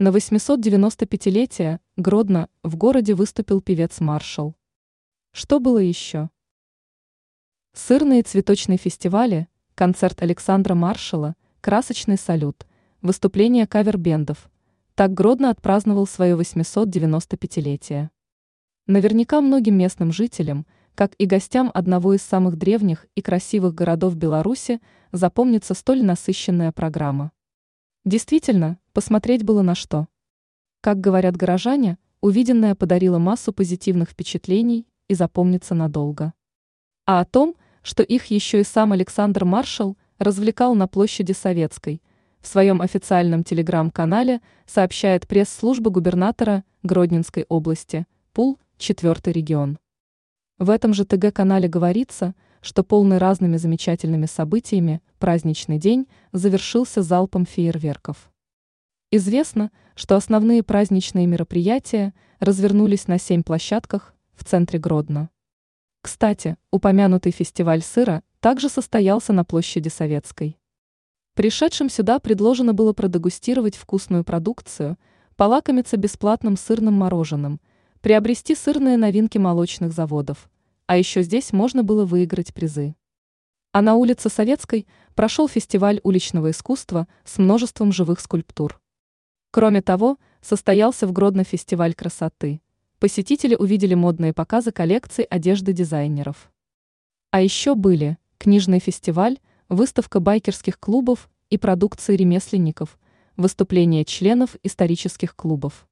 На 895-летие Гродно в городе выступил певец Маршал. Что было еще? Сырные и цветочные фестивали, концерт Александра Маршала, красочный салют, выступление кавер-бендов. Так Гродно отпраздновал свое 895-летие. Наверняка многим местным жителям, как и гостям одного из самых древних и красивых городов Беларуси, запомнится столь насыщенная программа. Действительно, посмотреть было на что. Как говорят горожане, увиденное подарило массу позитивных впечатлений и запомнится надолго. А о том, что их еще и сам Александр Маршал развлекал на площади Советской, в своем официальном телеграм-канале сообщает пресс-служба губернатора Гродненской области, ПУЛ, 4-й регион. В этом же ТГ-канале говорится, что полный разными замечательными событиями праздничный день завершился залпом фейерверков. Известно, что основные праздничные мероприятия развернулись на 7 площадках в центре Гродно. Кстати, упомянутый фестиваль сыра также состоялся на площади Советской. Пришедшим сюда предложено было продегустировать вкусную продукцию, полакомиться бесплатным сырным мороженым, приобрести сырные новинки молочных заводов, а еще здесь можно было выиграть призы. А на улице Советской прошел фестиваль уличного искусства с множеством живых скульптур. Кроме того, состоялся в Гродно фестиваль красоты. Посетители увидели модные показы коллекций одежды дизайнеров. А еще были книжный фестиваль, выставка байкерских клубов и продукции ремесленников, выступления членов исторических клубов.